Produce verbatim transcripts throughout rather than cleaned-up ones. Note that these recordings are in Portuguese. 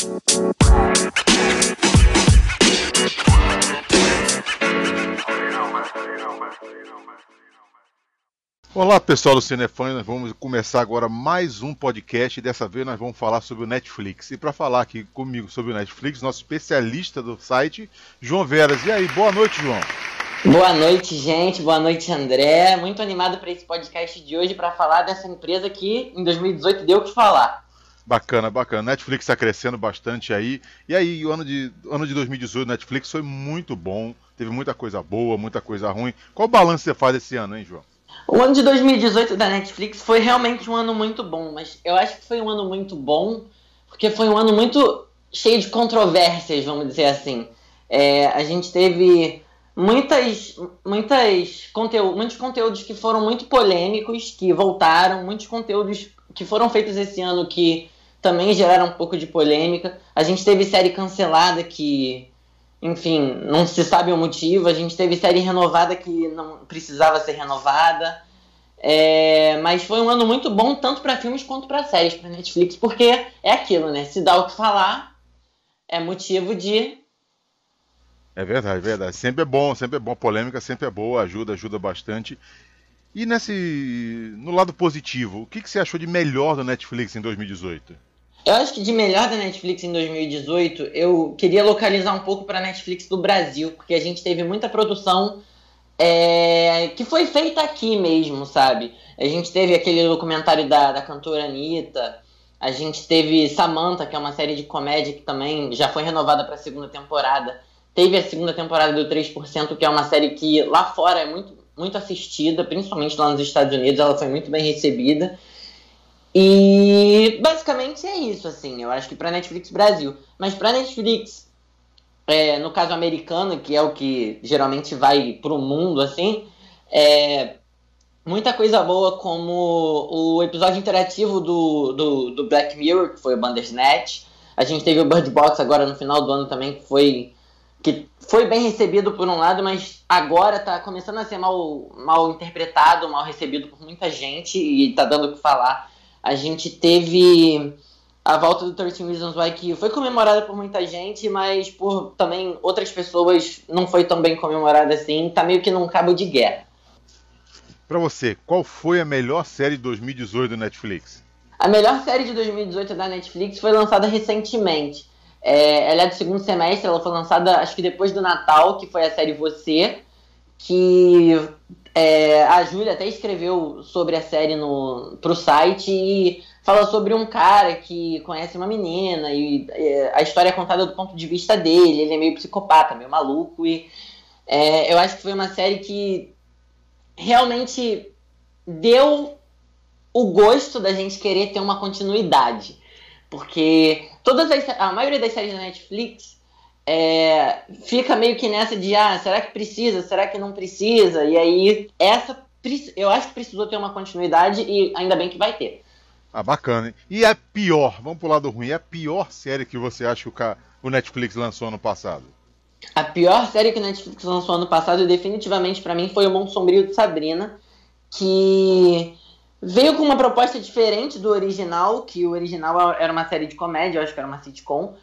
Olá pessoal do Cinefã, nós vamos começar agora mais um podcast e dessa vez nós vamos falar sobre o Netflix. E para falar aqui comigo sobre o Netflix, nosso especialista do site, João Veras. E aí, boa noite, João. Boa noite, gente. Boa noite, André. Muito animado para esse podcast de hoje para falar dessa empresa que em dois mil e dezoito deu o que falar. Bacana, bacana. Netflix está crescendo bastante aí. E aí, o ano de, ano de dois mil e dezoito, Netflix foi muito bom. Teve muita coisa boa, muita coisa ruim. Qual balanço você faz desse ano, hein, João? O ano de dois mil e dezoito da Netflix foi realmente um ano muito bom, mas eu acho que foi um ano muito bom porque foi um ano muito cheio de controvérsias, vamos dizer assim. É, a gente teve muitas, muitas conteúdo, muitos conteúdos que foram muito polêmicos, que voltaram, muitos conteúdos que foram feitos esse ano que também geraram um pouco de polêmica. A gente teve série cancelada que... Enfim, não se sabe o motivo. A gente teve série renovada que não precisava ser renovada. É, mas foi um ano muito bom, tanto para filmes quanto para séries, para Netflix, porque é aquilo, né? Se dá o que falar, é motivo de... É verdade, é verdade. Sempre é bom, sempre é bom. A polêmica sempre é boa, ajuda, ajuda bastante. E nesse, no lado positivo, o que, que você achou de melhor do Netflix em dois mil e dezoito? Eu acho que de melhor da Netflix em dois mil e dezoito, eu queria localizar um pouco para a Netflix do Brasil, porque a gente teve muita produção é, que foi feita aqui mesmo, sabe? A gente teve aquele documentário da, da cantora Anitta, a gente teve Samantha, que é uma série de comédia que também já foi renovada para a segunda temporada. Teve a segunda temporada do três por cento, que é uma série que lá fora é muito, muito assistida, principalmente lá nos Estados Unidos, ela foi muito bem recebida. E basicamente é isso, assim, eu acho que pra Netflix Brasil. Mas pra Netflix, é, no caso americano, que é o que geralmente vai pro mundo, assim, é, muita coisa boa, como o episódio interativo do, do, do Black Mirror, que foi o Bandersnatch. A gente teve o Bird Box agora no final do ano também, que foi, que foi bem recebido por um lado, mas agora tá começando a ser mal, mal interpretado, mal recebido por muita gente e tá dando o que falar. A gente teve a volta do treze Reasons Why, que foi comemorada por muita gente, mas por também outras pessoas não foi tão bem comemorada assim. Tá meio que num cabo de guerra. Pra você, qual foi a melhor série de dois mil e dezoito do Netflix? A melhor série de dois mil e dezoito da Netflix foi lançada recentemente. É, ela é do segundo semestre, ela foi lançada acho que depois do Natal, que foi a série Você, que... É, a Júlia até escreveu sobre a série no, pro site e fala sobre um cara que conhece uma menina e é, a história é contada do ponto de vista dele, ele é meio psicopata, meio maluco e é, eu acho que foi uma série que realmente deu o gosto da gente querer ter uma continuidade, porque todas as, a maioria das séries da Netflix É, fica meio que nessa de, ah, será que precisa, será que não precisa? E aí, essa, eu acho que precisou ter uma continuidade e ainda bem que vai ter. Ah, bacana, hein? E a pior, vamos pro lado ruim, é a pior série que você acha que o Netflix lançou ano passado? A pior série que o Netflix lançou ano passado, definitivamente pra mim, foi O Mundo Sombrio de Sabrina, que veio com uma proposta diferente do original, que o original era uma série de comédia, eu acho que era uma sitcom,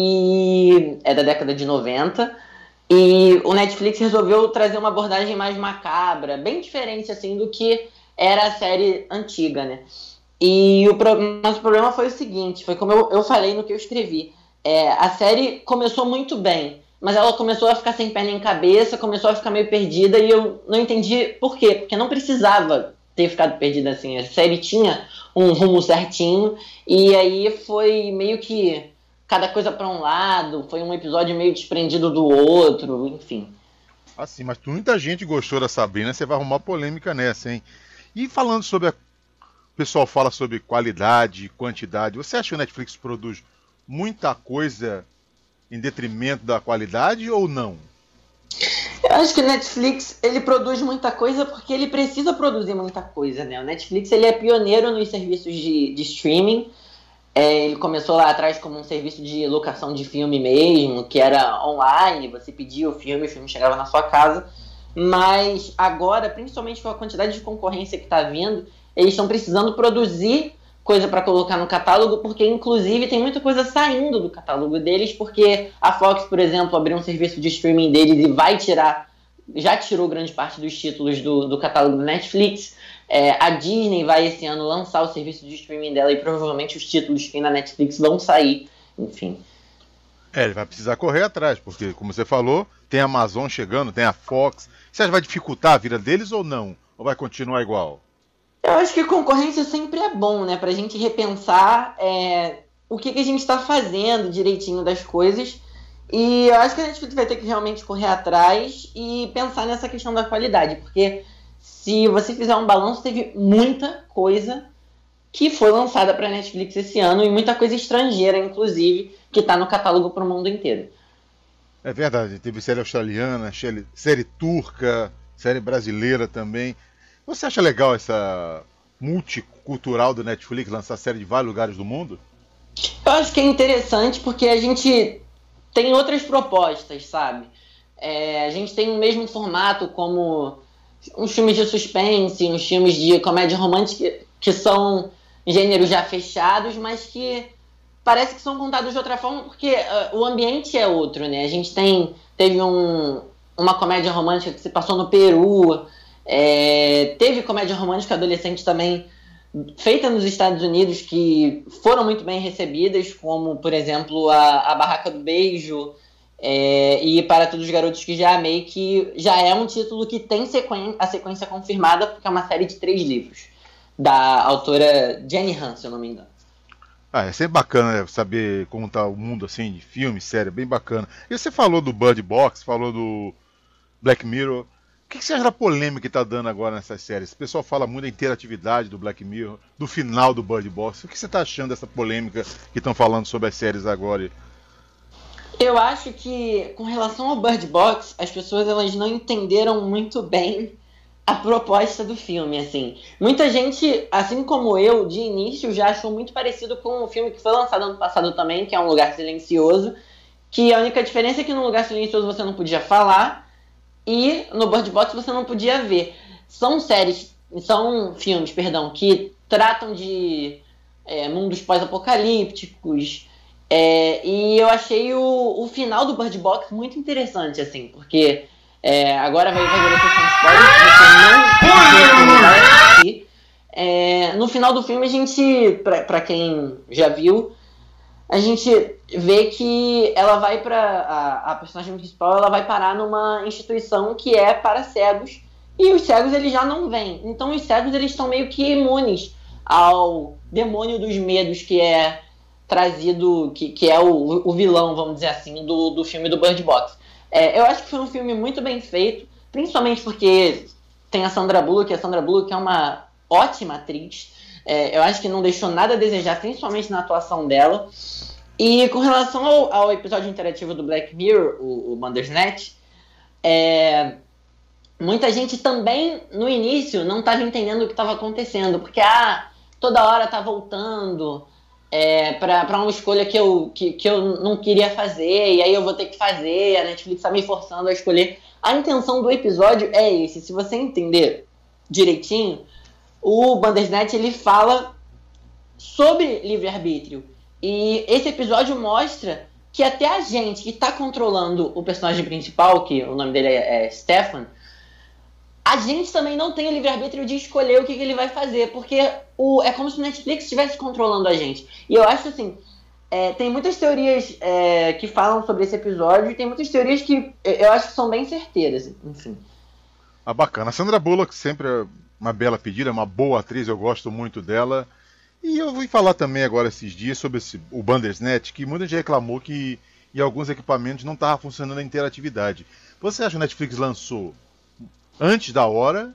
e é da década de noventa, e o Netflix resolveu trazer uma abordagem mais macabra, bem diferente assim do que era a série antiga, né? E o, pro... Mas o problema foi o seguinte, foi como eu, eu falei no que eu escrevi, é, a série começou muito bem, mas ela começou a ficar sem pé nem cabeça, começou a ficar meio perdida e eu não entendi por quê, porque não precisava ter ficado perdida assim, a série tinha um rumo certinho, e aí foi meio que cada coisa pra um lado, foi um episódio meio desprendido do outro, enfim. Assim, mas muita gente gostou da Sabrina, você vai arrumar polêmica nessa, hein? E falando sobre a... O pessoal fala sobre qualidade, quantidade. Você acha que o Netflix produz muita coisa em detrimento da qualidade ou não? Eu acho que o Netflix, ele produz muita coisa porque ele precisa produzir muita coisa, né? O Netflix, ele é pioneiro nos serviços de, de streaming. É, ele começou lá atrás como um serviço de locação de filme mesmo, que era online, você pedia o filme, o filme chegava na sua casa. Mas agora, principalmente com a quantidade de concorrência que está vindo, eles estão precisando produzir coisa para colocar no catálogo, porque inclusive tem muita coisa saindo do catálogo deles, porque a Fox, por exemplo, abriu um serviço de streaming deles e vai tirar, já tirou grande parte dos títulos do, do catálogo do Netflix. É, a Disney vai esse ano lançar o serviço de streaming dela e provavelmente os títulos que tem na Netflix vão sair, enfim. É, ele vai precisar correr atrás, porque, como você falou, tem a Amazon chegando, tem a Fox. Você acha que vai dificultar a vida deles ou não? Ou vai continuar igual? Eu acho que concorrência sempre é bom, né? Pra gente repensar é, o que, que a gente tá fazendo direitinho das coisas. E eu acho que a Netflix vai ter que realmente correr atrás e pensar nessa questão da qualidade. Porque se você fizer um balanço, teve muita coisa que foi lançada pra Netflix esse ano. E muita coisa estrangeira, inclusive, que tá no catálogo pro mundo inteiro. É verdade, teve série australiana, série, série turca, série brasileira também. Você acha legal essa multicultural do Netflix lançar série de vários lugares do mundo? Eu acho que é interessante porque a gente tem outras propostas, sabe? É, a gente tem o mesmo formato como uns filmes de suspense, uns filmes de comédia romântica que são gêneros já fechados, mas que parece que são contados de outra forma porque uh, o ambiente é outro, né? A gente tem, teve um, uma comédia romântica que se passou no Peru. É, teve comédia romântica adolescente também feita nos Estados Unidos que foram muito bem recebidas, como, por exemplo, a, a Barraca do Beijo é, e Para Todos os Garotos que Já Amei, que já é um título que tem sequen- a sequência confirmada, porque é uma série de três livros, da autora Jenny Han, se eu não me engano. Ah, é sempre bacana, né, saber como tá o mundo assim de filme, série, bem bacana. E você falou do Bird Box, falou do Black Mirror. O que você acha da polêmica que está dando agora nessas séries? O pessoal fala muito da interatividade do Black Mirror, do final do Bird Box. O que você está achando dessa polêmica que estão falando sobre as séries agora? Eu acho que, com relação ao Bird Box, as pessoas elas não entenderam muito bem a proposta do filme, assim. Muita gente, assim como eu, de início, já achou muito parecido com o filme que foi lançado ano passado também, que é Um Lugar Silencioso, que a única diferença é que no Lugar Silencioso você não podia falar, e no Bird Box você não podia ver. São séries, são filmes, perdão, que tratam de é, mundos pós-apocalípticos. É, e eu achei o, o final do Bird Box muito interessante, assim, porque é, agora vai, vai ver um spoiler que você não vai assistir. É, no final do filme a gente, pra, pra quem já viu, a gente vê que ela vai para a, a personagem principal, ela vai parar numa instituição que é para cegos, e os cegos eles já não veem. Então os cegos eles estão meio que imunes ao demônio dos medos que é trazido, que, que é o, o vilão, vamos dizer assim, do, do filme do Bird Box. É, eu acho que foi um filme muito bem feito, principalmente porque tem a Sandra Bullock, a Sandra Bullock é uma ótima atriz. É, eu acho que não deixou nada a desejar, principalmente na atuação dela. E com relação ao, ao episódio interativo do Black Mirror, o, o Bandersnatch, é, muita gente também, no início, não estava entendendo o que estava acontecendo, porque ah, toda hora tá voltando é, para uma escolha que eu, que, que eu não queria fazer, e aí eu vou ter que fazer, a Netflix está me forçando a escolher. A intenção do episódio é esse, se você entender direitinho, o Bandersnatch ele fala sobre livre-arbítrio. E esse episódio mostra que até a gente que está controlando o personagem principal, que o nome dele é, é Stefan, a gente também não tem o livre-arbítrio de escolher o que, que ele vai fazer, porque o, é como se o Netflix estivesse controlando a gente. E eu acho assim, é, tem muitas teorias é, que falam sobre esse episódio, e tem muitas teorias que eu acho que são bem certeiras, enfim. Ah, bacana. A Sandra Bullock sempre é uma bela pedida, é uma boa atriz, eu gosto muito dela. E eu vou falar também agora esses dias sobre esse, o Bandersnatch, que muita gente reclamou que em alguns equipamentos não estava funcionando a interatividade. Você acha que o Netflix lançou antes da hora?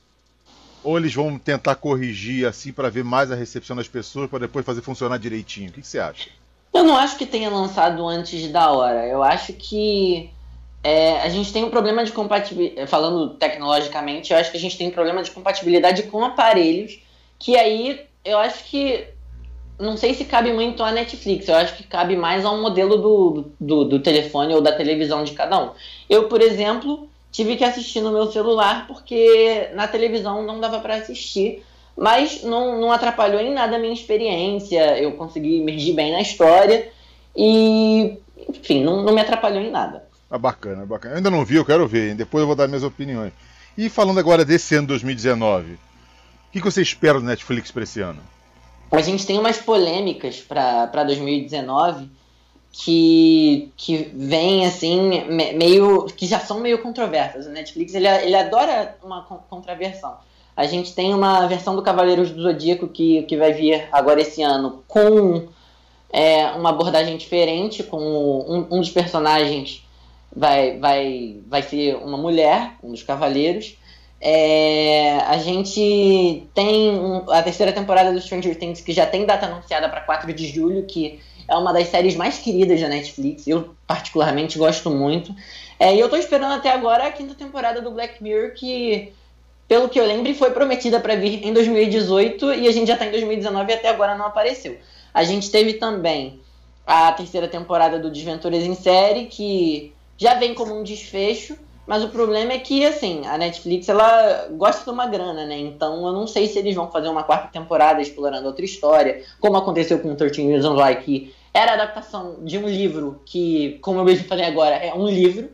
Ou eles vão tentar corrigir assim para ver mais a recepção das pessoas, para depois fazer funcionar direitinho? O que, que você acha? Eu não acho que tenha lançado antes da hora. Eu acho que é, a gente tem um problema de compatibilidade, falando tecnologicamente, eu acho que a gente tem um problema de compatibilidade com aparelhos, que aí eu acho que, não sei se cabe muito à Netflix, eu acho que cabe mais ao modelo do, do, do telefone ou da televisão de cada um. Eu, por exemplo, tive que assistir no meu celular porque na televisão não dava para assistir, mas não, não atrapalhou em nada a minha experiência, eu consegui emergir bem na história e, enfim, não, não me atrapalhou em nada. Ah, bacana, bacana. Eu ainda não vi, eu quero ver, hein? Depois eu vou dar minhas opiniões. E falando agora desse ano dois mil e dezenove, o que você espera do Netflix para esse ano? A gente tem umas polêmicas para dois mil e dezenove que, que vem assim, meio, que já são meio controversas. O Netflix ele, ele adora uma contraversão. A gente tem uma versão do Cavaleiros do Zodíaco que, que vai vir agora esse ano com é, uma abordagem diferente, com um, um dos personagens vai, vai, vai ser uma mulher, um dos cavaleiros. É, a gente tem um, a terceira temporada do Stranger Things, que já tem data anunciada para quatro de julho, que é uma das séries mais queridas da Netflix. Eu particularmente gosto muito. É, e eu tô esperando até agora a quinta temporada do Black Mirror, que, pelo que eu lembro, foi prometida para vir em dois mil e dezoito e a gente já tá em dois mil e dezenove e até agora não apareceu. A gente teve também a terceira temporada do Desventuras em Série, que já vem como um desfecho, mas o problema é que, assim, a Netflix, ela gosta de uma grana, né? Então eu não sei se eles vão fazer uma quarta temporada explorando outra história, como aconteceu com treze Reasons Why, que era a adaptação de um livro que, como eu mesmo falei agora, é um livro,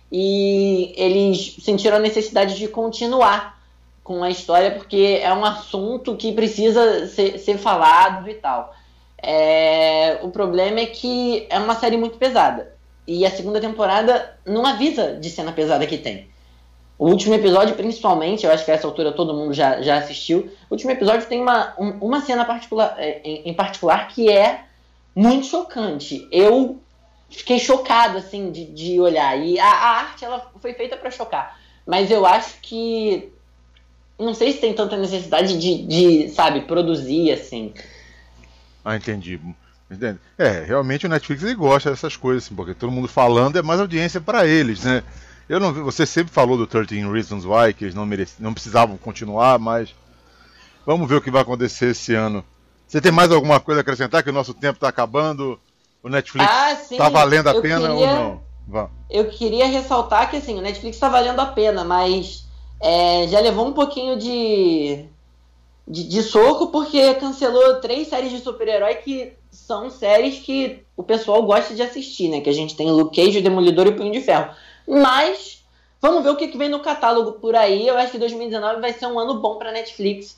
e eles sentiram a necessidade de continuar com a história, porque é um assunto que precisa ser, ser falado e tal. É, o problema é que é uma série muito pesada. E a segunda temporada não avisa de cena pesada que tem. O último episódio, principalmente, eu acho que a essa altura todo mundo já, já assistiu. O último episódio tem uma, um, uma cena particular, em, em particular que é muito chocante. Eu fiquei chocado, assim, de, de olhar. E a, a arte, ela foi feita para chocar. Mas eu acho que... Não sei se tem tanta necessidade de, de sabe, produzir, assim. Ah, entendi. É, realmente o Netflix ele gosta dessas coisas, assim, porque todo mundo falando é mais audiência para eles, né? Eu não, você sempre falou do treze Reasons Why, que eles não, mereci, não precisavam continuar, mas vamos ver o que vai acontecer esse ano. Você tem mais alguma coisa a acrescentar, que o nosso tempo está acabando? O Netflix está ah, valendo a pena queria, ou não? Vá. Eu queria ressaltar que assim, o Netflix está valendo a pena, mas é, já levou um pouquinho de, de, de soco, porque cancelou três séries de super-herói que são séries que o pessoal gosta de assistir, né? Que a gente tem Luke Cage, o Demolidor e o Punho de Ferro. Mas vamos ver o que, que vem no catálogo por aí. Eu acho que dois mil e dezenove vai ser um ano bom para Netflix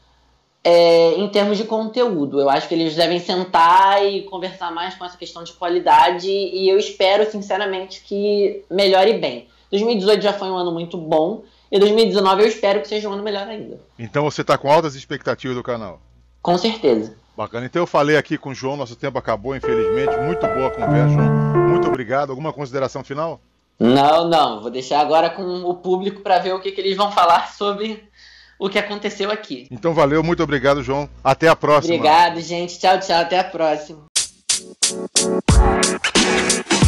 é, em termos de conteúdo. Eu acho que eles devem sentar e conversar mais com essa questão de qualidade e eu espero, sinceramente, que melhore bem. dois mil e dezoito já foi um ano muito bom e dois mil e dezenove eu espero que seja um ano melhor ainda. Então você está com altas expectativas do canal? Com certeza. Bacana. Então eu falei aqui com o João, nosso tempo acabou, infelizmente. Muito boa a conversa, João. Muito obrigado. Alguma consideração final? Não, não. Vou deixar agora com o público para ver o que, que eles vão falar sobre o que aconteceu aqui. Então valeu, muito obrigado, João. Até a próxima. Obrigado, gente. Tchau, tchau. Até a próxima.